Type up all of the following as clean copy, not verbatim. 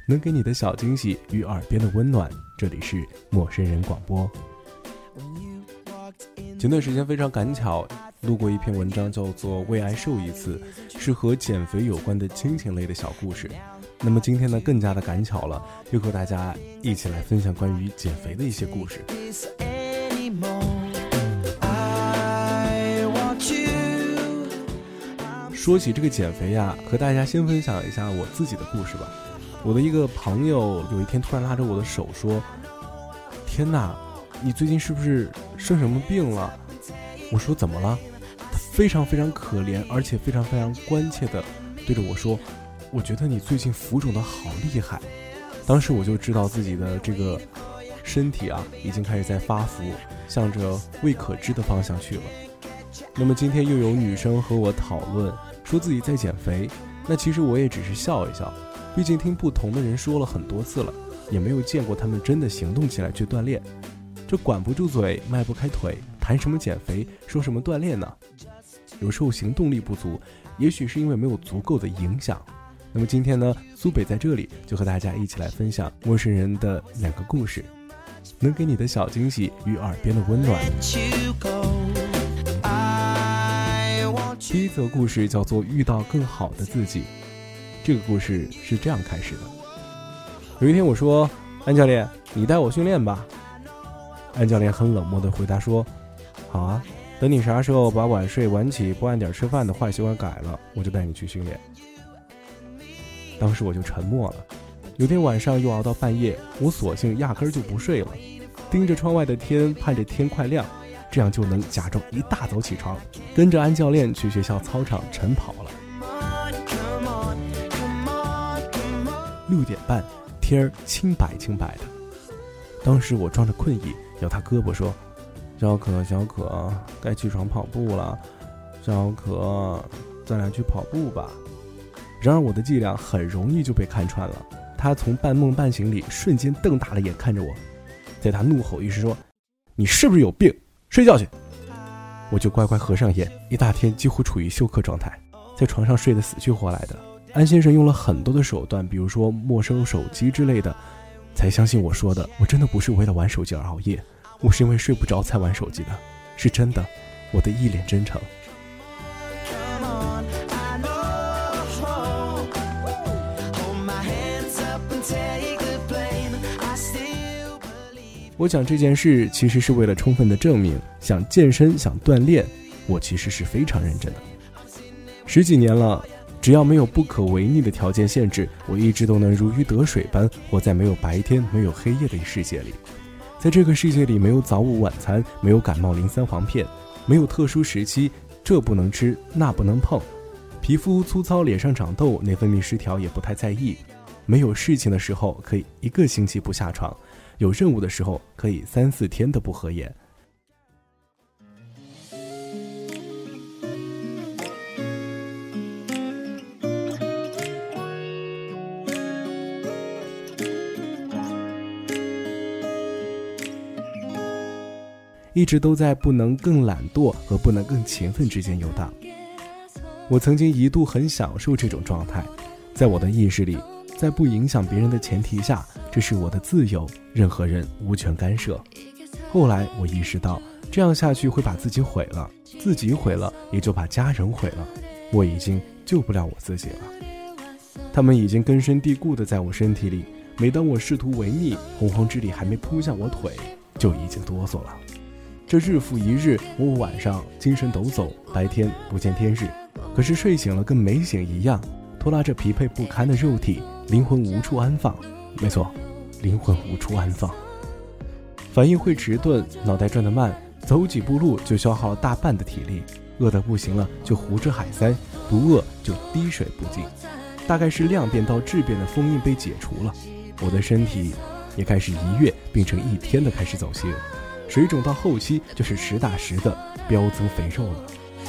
能给你的小惊喜与耳边的温暖。这里是陌生人广播。前段时间非常赶巧路过一篇文章，叫做为爱瘦一次，是和减肥有关的亲情类的小故事。那么今天呢更加的赶巧了，又和大家一起来分享关于减肥的一些故事。说起这个减肥呀，和大家先分享一下我自己的故事吧。我的一个朋友有一天突然拉着我的手说，天哪，你最近是不是生什么病了？我说怎么了？他非常非常可怜，而且非常非常关切的对着我说，我觉得你最近浮肿的好厉害。当时我就知道自己的这个身体啊已经开始在发福，向着未可知的方向去了。那么今天又有女生和我讨论说自己在减肥，那其实我也只是笑一笑，毕竟听不同的人说了很多次了，也没有见过他们真的行动起来去锻炼。这管不住嘴，迈不开腿，谈什么减肥，说什么锻炼呢？有时候行动力不足，也许是因为没有足够的影响。那么今天呢，苏北在这里就和大家一起来分享陌生人的2个故事，能给你的小惊喜与耳边的温暖。第一则故事叫做遇到更好的自己。这个故事是这样开始的。有一天我说，安教练，你带我训练吧。安教练很冷漠地回答说，好啊，等你啥时候把晚睡晚起不按点吃饭的坏习惯改了，我就带你去训练。当时我就沉默了。有天晚上又熬到半夜，我索性压根就不睡了，盯着窗外的天，盼着天快亮，这样就能假装一大早起床，跟着安教练去学校操场晨跑了。6点半，天儿清白清白的。当时我装着困意，摇他胳膊说，小可，该起床跑步了，小可，咱俩去跑步吧。然而我的伎俩很容易就被看穿了，他从半梦半醒里瞬间瞪大了眼看着我，在他怒吼一声说，你是不是有病，睡觉去。我就乖乖合上眼，一大天几乎处于休克状态，在床上睡得死去活来的。安先生用了很多的手段，比如说没收手机之类的，才相信我说的，我真的不是为了玩手机而熬夜，我是因为睡不着才玩手机的，是真的，我的一脸真诚。我讲这件事其实是为了充分的证明，想健身想锻炼，我其实是非常认真的。10几年了，只要没有不可违逆的条件限制，我一直都能如鱼得水般活在没有白天没有黑夜的世界里。在这个世界里，没有早午晚餐，没有感冒淋3黄片，没有特殊时期，这不能吃那不能碰，皮肤粗糙脸上长痘内分泌失调也不太在意，没有事情的时候可以1个星期不下床，有任务的时候可以3、4天的不合眼。一直都在不能更懒惰和不能更勤奋之间游荡。我曾经一度很享受这种状态，在我的意识里，在不影响别人的前提下，这是我的自由，任何人无权干涉。后来我意识到，这样下去会把自己毁了，自己毁了也就把家人毁了，我已经救不了我自己了。他们已经根深蒂固的在我身体里，每当我试图违逆，洪荒之力还没扑向我腿，就已经哆嗦了。这日复一日，我晚上精神抖擞，白天不见天日，可是睡醒了跟没醒一样，拖拉着疲惫不堪的肉体，灵魂无处安放。没错，灵魂无处安放。反应会迟钝，脑袋转得慢，走几步路就消耗了大半的体力，饿得不行了就胡吃海塞，不饿就滴水不进。大概是量变到质变的封印被解除了，我的身体也开始1月变成1天的开始走形，水肿到后期就是实打实的飙增肥肉了。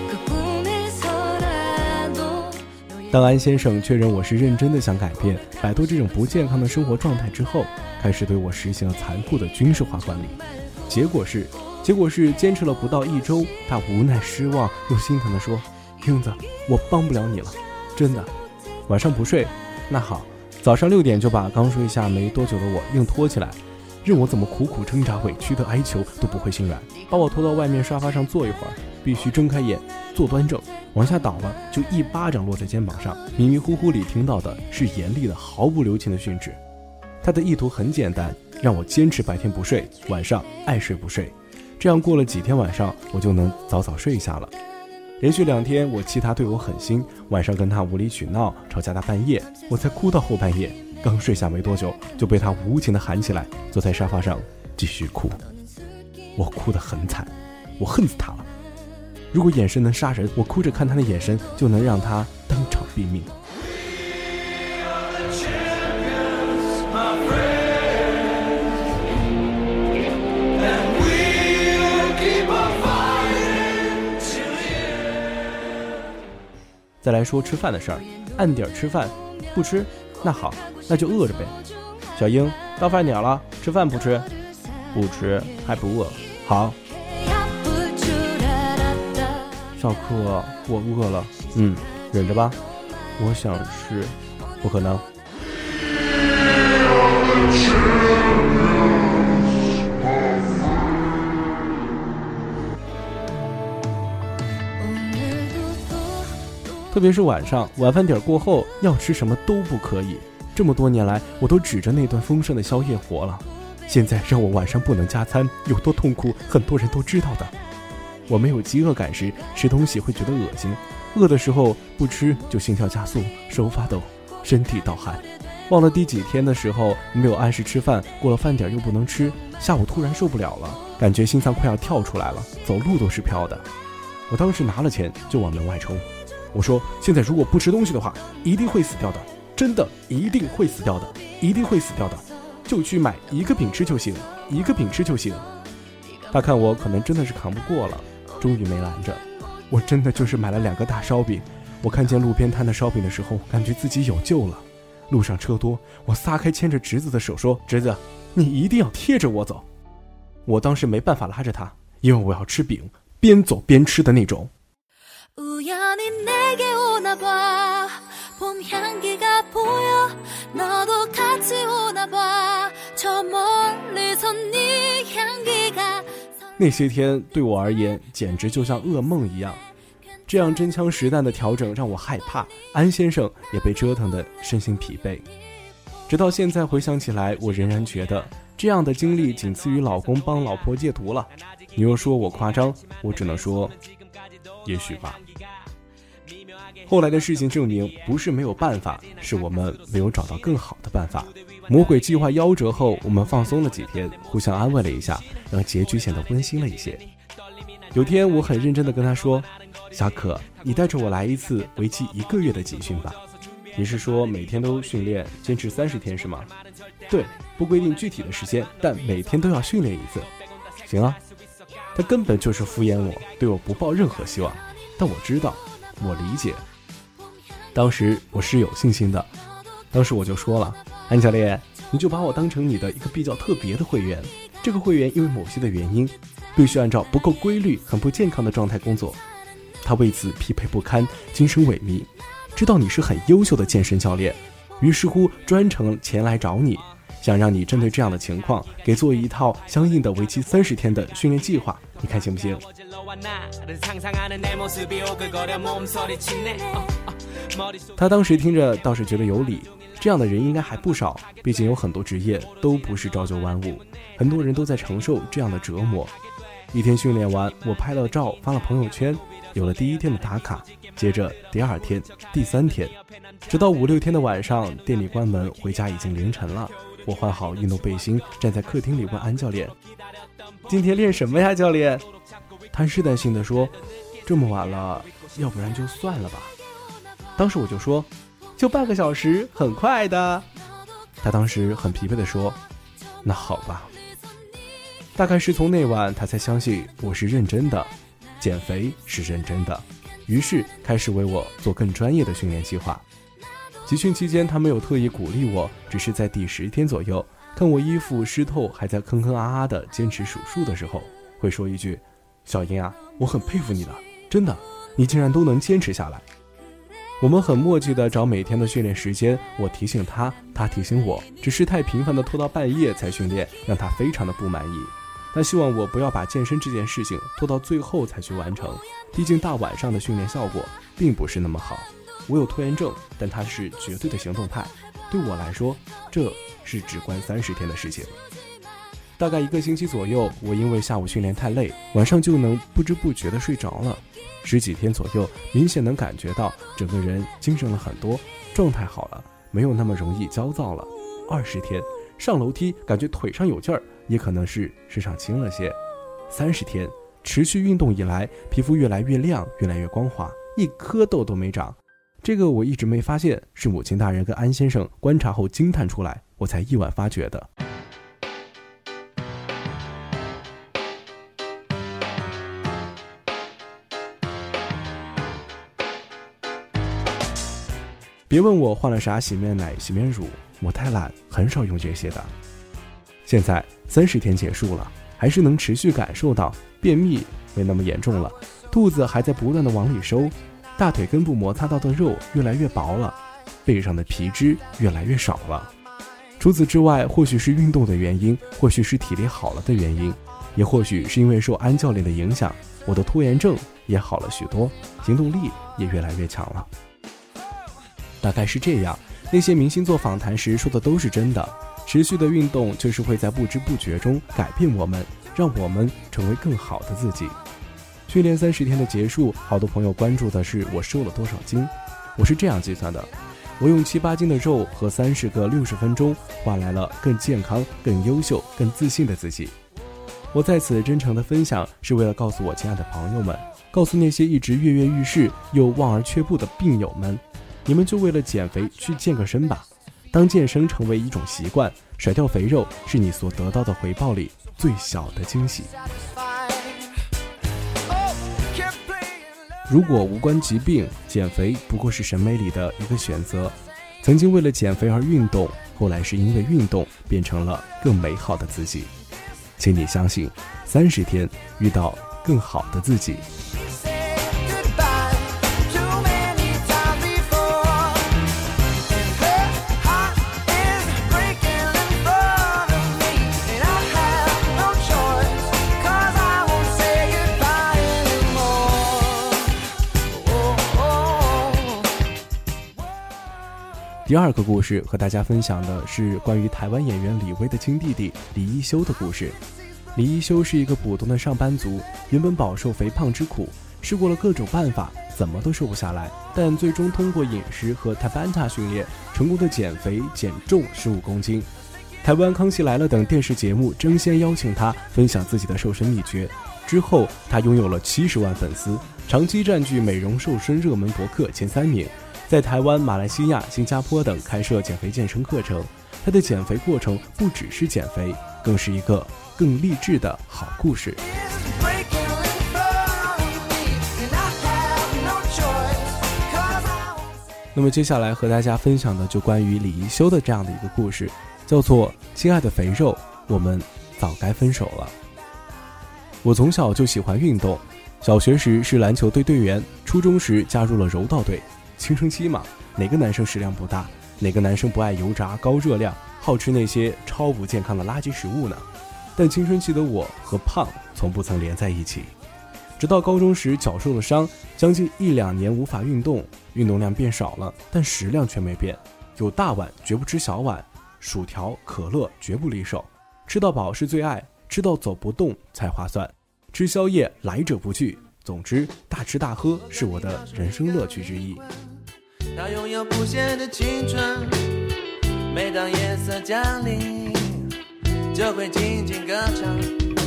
当安先生确认我是认真的想改变，摆脱这种不健康的生活状态之后，开始对我实行了残酷的军事化管理。结果是坚持了不到1周，他无奈失望又心疼地说，英子，我帮不了你了，真的。晚上不睡，那好， 早上6点就把刚睡下没多久的我硬拖起来，任我怎么苦苦挣扎委屈的哀求都不会心软，把我拖到外面沙发上坐一会儿，必须睁开眼坐端正，往下倒了就一巴掌落在肩膀上。迷迷糊糊里听到的是严厉的毫不留情的训斥。他的意图很简单，让我坚持白天不睡，晚上爱睡不睡，这样过了几天晚上我就能早早睡下了。连续2天我气他对我狠心，晚上跟他无理取闹，吵架到半夜，我才哭到后半夜，刚睡下没多久就被他无情地喊起来，坐在沙发上继续哭。我哭得很惨，我恨死他了。如果眼神能杀人，我哭着看他的眼神就能让他当场毙命。再来说吃饭的事儿，按点吃饭，不吃那好，那就饿着呗。小英，到饭点了，吃饭不吃？不吃还不饿？好。小克，我饿了。忍着吧。我想吃。不可能。特别是晚上，晚饭点过后要吃什么都不可以。这么多年来，我都指着那顿丰盛的宵夜活了。现在让我晚上不能加餐，有多痛苦，很多人都知道的。我没有饥饿感时，吃东西会觉得恶心；饿的时候不吃就心跳加速，手发抖，身体盗汗。忘了第几天的时候没有按时吃饭，过了饭点又不能吃，下午突然受不了了，感觉心脏快要跳出来了，走路都是飘的。我当时拿了钱就往门外冲。我说现在如果不吃东西的话，一定会死掉的，真的一定会死掉的，一定会死掉的，就去买一个饼吃就行，一个饼吃就行。他看我可能真的是扛不过了，终于没拦着。我真的就是买了2个大烧饼。我看见路边摊的烧饼的时候，感觉自己有救了。路上车多，我撒开牵着侄子的手说，侄子，你一定要贴着我走。我当时没办法拉着他，因为我要吃饼，边走边吃的那种。那些天对我而言简直就像噩梦一样，这样真枪实弹的调整让我害怕，安先生也被折腾得身心疲惫。直到现在回想起来，我仍然觉得这样的经历仅次于老公帮老婆戒毒了。你又说我夸张，我只能说也许吧。后来的事情证明，不是没有办法，是我们没有找到更好的办法。魔鬼计划夭折后，我们放松了几天，互相安慰了一下，让结局显得温馨了一些。有天我很认真地跟他说，小可，你带着我来一次为期1个月的集训吧。你是说每天都训练，坚持30天是吗？对，不规定具体的时间，但每天都要训练1次。行啊。他根本就是敷衍我，对我不抱任何希望，但我知道，我理解。当时我是有信心的，当时我就说了，安教练，你就把我当成你的一个比较特别的会员，这个会员因为某些的原因，必须按照不够规律、很不健康的状态工作，他为此疲惫不堪，精神萎靡，知道你是很优秀的健身教练，于是乎专程前来找你，想让你针对这样的情况给做一套相应的为期30天的训练计划，你看行不行？他当时听着倒是觉得有理，这样的人应该还不少，毕竟有很多职业都不是朝九晚五，很多人都在承受这样的折磨。1天训练完，我拍了照发了朋友圈，有了第1天的打卡，接着第2天、第3天，直到5、6天的晚上，店里关门，回家已经凌晨了。我换好运动背心，站在客厅里问安教练，今天练什么呀教练？他试探性地说，这么晚了，要不然就算了吧。当时我就说，就半个小时，很快的。他当时很疲惫地说，那好吧。大概是从那晚他才相信我是认真的，减肥是认真的，于是开始为我做更专业的训练计划。集训期间他没有特意鼓励我，只是在第10天左右，看我衣服湿透还在吭吭啊啊的坚持数数的时候，会说一句，小英啊，我很佩服你的，真的，你竟然都能坚持下来。 我们很默契地找每天的训练时间，我提醒他，他提醒我，只是太频繁地拖到半夜才训练，让他非常的不满意。他希望我不要把健身这件事情拖到最后才去完成，毕竟大晚上的训练效果并不是那么好。我有拖延症，但他是绝对的行动派，对我来说，这是只关30天的事情。大概1个星期左右，我因为下午训练太累，晚上就能不知不觉地睡着了。10几天左右，明显能感觉到整个人精神了很多，状态好了，没有那么容易焦躁了。20天，上楼梯感觉腿上有劲儿，也可能是身上轻了些。30天，持续运动以来，皮肤越来越亮，越来越光滑，一颗痘都没长。这个我一直没发现，是母亲大人跟安先生观察后惊叹出来，我才意外发觉的。别问我换了啥洗面奶、洗面乳，我太懒，很少用这些的。现在30天结束了，还是能持续感受到便秘没那么严重了，肚子还在不断的往里收，大腿根部摩擦到的肉越来越薄了，背上的皮脂越来越少了。除此之外，或许是运动的原因，或许是体力好了的原因，也或许是因为受安教练的影响，我的拖延症也好了许多，行动力也越来越强了。大概是这样，那些明星做访谈时说的都是真的，持续的运动就是会在不知不觉中改变我们，让我们成为更好的自己。训练30天的结束，好多朋友关注的是我瘦了多少斤。我是这样计算的，我用7、8斤的肉和30个60分钟换来了更健康、更优秀、更自信的自己。我在此真诚的分享，是为了告诉我亲爱的朋友们，告诉那些一直跃跃欲试又望而却步的病友们，你们就为了减肥去健个身吧。当健身成为一种习惯，甩掉肥肉是你所得到的回报里最小的惊喜。如果无关疾病，减肥不过是审美里的一个选择。曾经为了减肥而运动，后来是因为运动变成了更美好的自己。请你相信，30天遇到更好的自己。第二个故事和大家分享的是关于台湾演员李薇的亲弟弟李一修的故事。李一修是一个普通的上班族，原本饱受肥胖之苦，试过了各种办法，怎么都瘦不下来，但最终通过饮食和 Tabata 训练，成功的减肥减重15公斤。台湾康熙来了等电视节目争先邀请他分享自己的瘦身秘诀，之后他拥有了70万粉丝，长期占据美容瘦身热门博客前3名，在台湾、马来西亚、新加坡等开设减肥健身课程。他的减肥过程不只是减肥，更是一个更励志的好故事。那么接下来和大家分享的就关于李一修的这样的一个故事，叫做亲爱的肥肉，我们早该分手了。我从小就喜欢运动，小学时是篮球队队员，初中时加入了柔道队。青春期嘛，哪个男生食量不大，哪个男生不爱油炸高热量，好吃那些超不健康的垃圾食物呢？但青春期的我和胖从不曾连在一起，直到高中时脚受了伤，将近1-2年无法运动，运动量变少了，但食量却没变，有大碗绝不吃小碗，薯条可乐绝不离手，吃到饱是最爱，吃到走不动才划算，吃宵夜来者不拒，总之大吃大喝是我的人生乐趣之一。 他拥有不懈的青春，每当夜色降临，就会静静歌唱。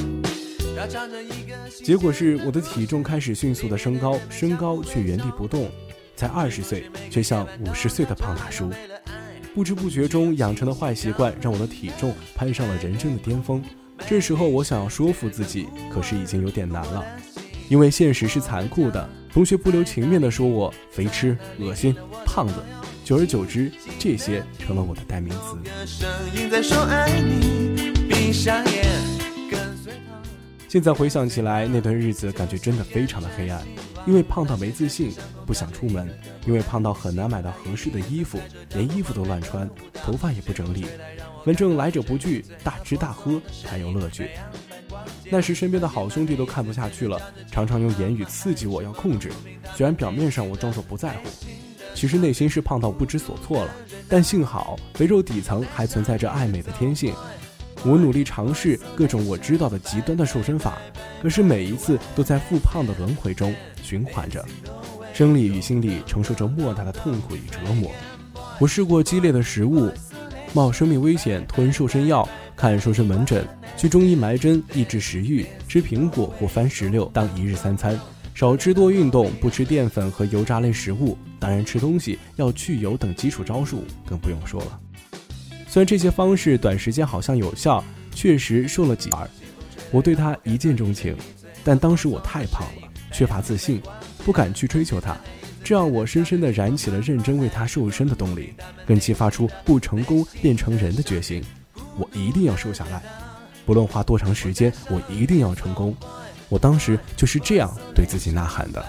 结果是我的体重开始迅速的升高，身高却原地不动，才20岁却像50岁的胖大叔。不知不觉中养成的坏习惯让我的体重攀上了人生的巅峰。这时候我想要说服自己，可是已经有点难了，因为现实是残酷的，同学不留情面地说我肥吃、恶心、胖子，久而久之，这些成了我的代名词。 现在回想起来，那段日子感觉真的非常的黑暗，因为胖到没自信，不想出门，因为胖到很难买到合适的衣服，连衣服都乱穿，头发也不整理，反正来者不拒，大吃大喝才有乐趣。那时身边的好兄弟都看不下去了，常常用言语刺激我要控制，虽然表面上我装作不在乎，其实内心是胖到不知所措了，但幸好肥肉底层还存在着爱美的天性。我努力尝试各种我知道的极端的瘦身法，可是每一次都在复胖的轮回中循环着，生理与心理承受着莫大的痛苦与折磨。我试过激烈的食物，冒生命危险吞瘦身药，看瘦身门诊，去中医埋针抑制食欲，吃苹果或番石榴当一日三餐，少吃多运动，不吃淀粉和油炸类食物，当然吃东西要去油等基础招数更不用说了。虽然这些方式短时间好像有效，确实瘦了几码，我对他一见钟情，但当时我太胖了，缺乏自信，不敢去追求他，这让我深深地燃起了认真为他瘦身的动力，更激发出不成功变成人的决心。我一定要瘦下来，不论花多长时间，我一定要成功。我当时就是这样对自己呐喊的。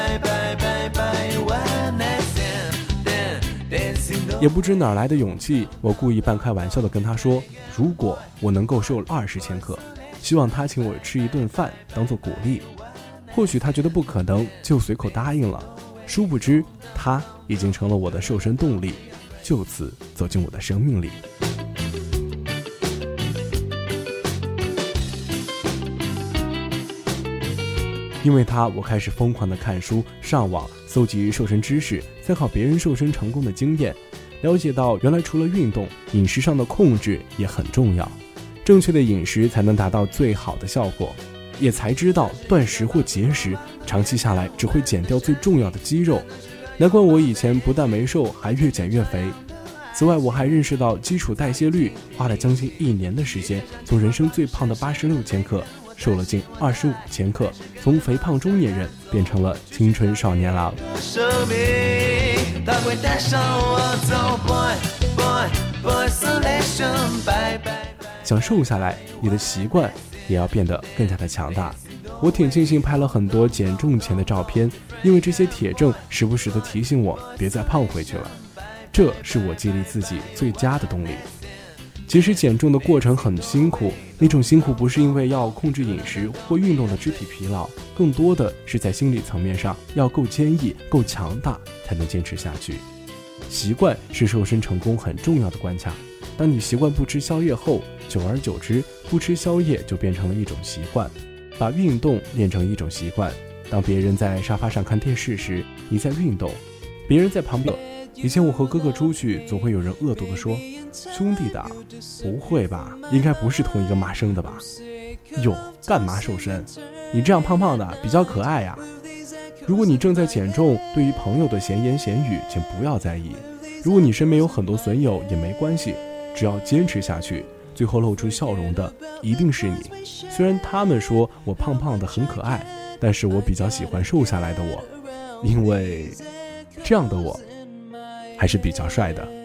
也不知哪来的勇气，我故意半开玩笑地跟他说，如果我能够瘦20千克，希望他请我吃一顿饭当做鼓励。或许他觉得不可能，就随口答应了，殊不知他已经成了我的瘦身动力，就此走进我的生命里。因为他，我开始疯狂地看书、上网搜集瘦身知识，参考别人瘦身成功的经验，了解到原来除了运动，饮食上的控制也很重要，正确的饮食才能达到最好的效果，也才知道断食或节食长期下来只会减掉最重要的肌肉，难怪我以前不但没瘦，还越减越肥。此外，我还认识到基础代谢率，花了将近1年的时间，从人生最胖的86千克瘦了近25千克，从肥胖中年人变成了青春少年郎。生命它会带上我走 boy isolation。 想瘦下来，你的习惯也要变得更加的强大。我挺庆幸拍了很多减重前的照片，因为这些铁证时不时的提醒我别再胖回去了，这是我激励自己最佳的动力。其实减重的过程很辛苦，那种辛苦不是因为要控制饮食或运动的肢体疲劳，更多的是在心理层面上要够坚毅、够强大才能坚持下去。习惯是瘦身成功很重要的关卡，当你习惯不吃宵夜后，久而久之，不吃宵夜就变成了一种习惯，把运动练成一种习惯。当别人在沙发上看电视时，你在运动，别人在旁边。以前我和哥哥出去，总会有人恶毒地说，兄弟的，不会吧，应该不是同一个妈生的吧，哟，干嘛瘦身，你这样胖胖的比较可爱呀。如果你正在减重，对于朋友的闲言闲语请不要在意，如果你身边有很多损友也没关系，只要坚持下去，最后露出笑容的一定是你。虽然他们说我胖胖的很可爱，但是我比较喜欢瘦下来的我，因为这样的我还是比较帅的。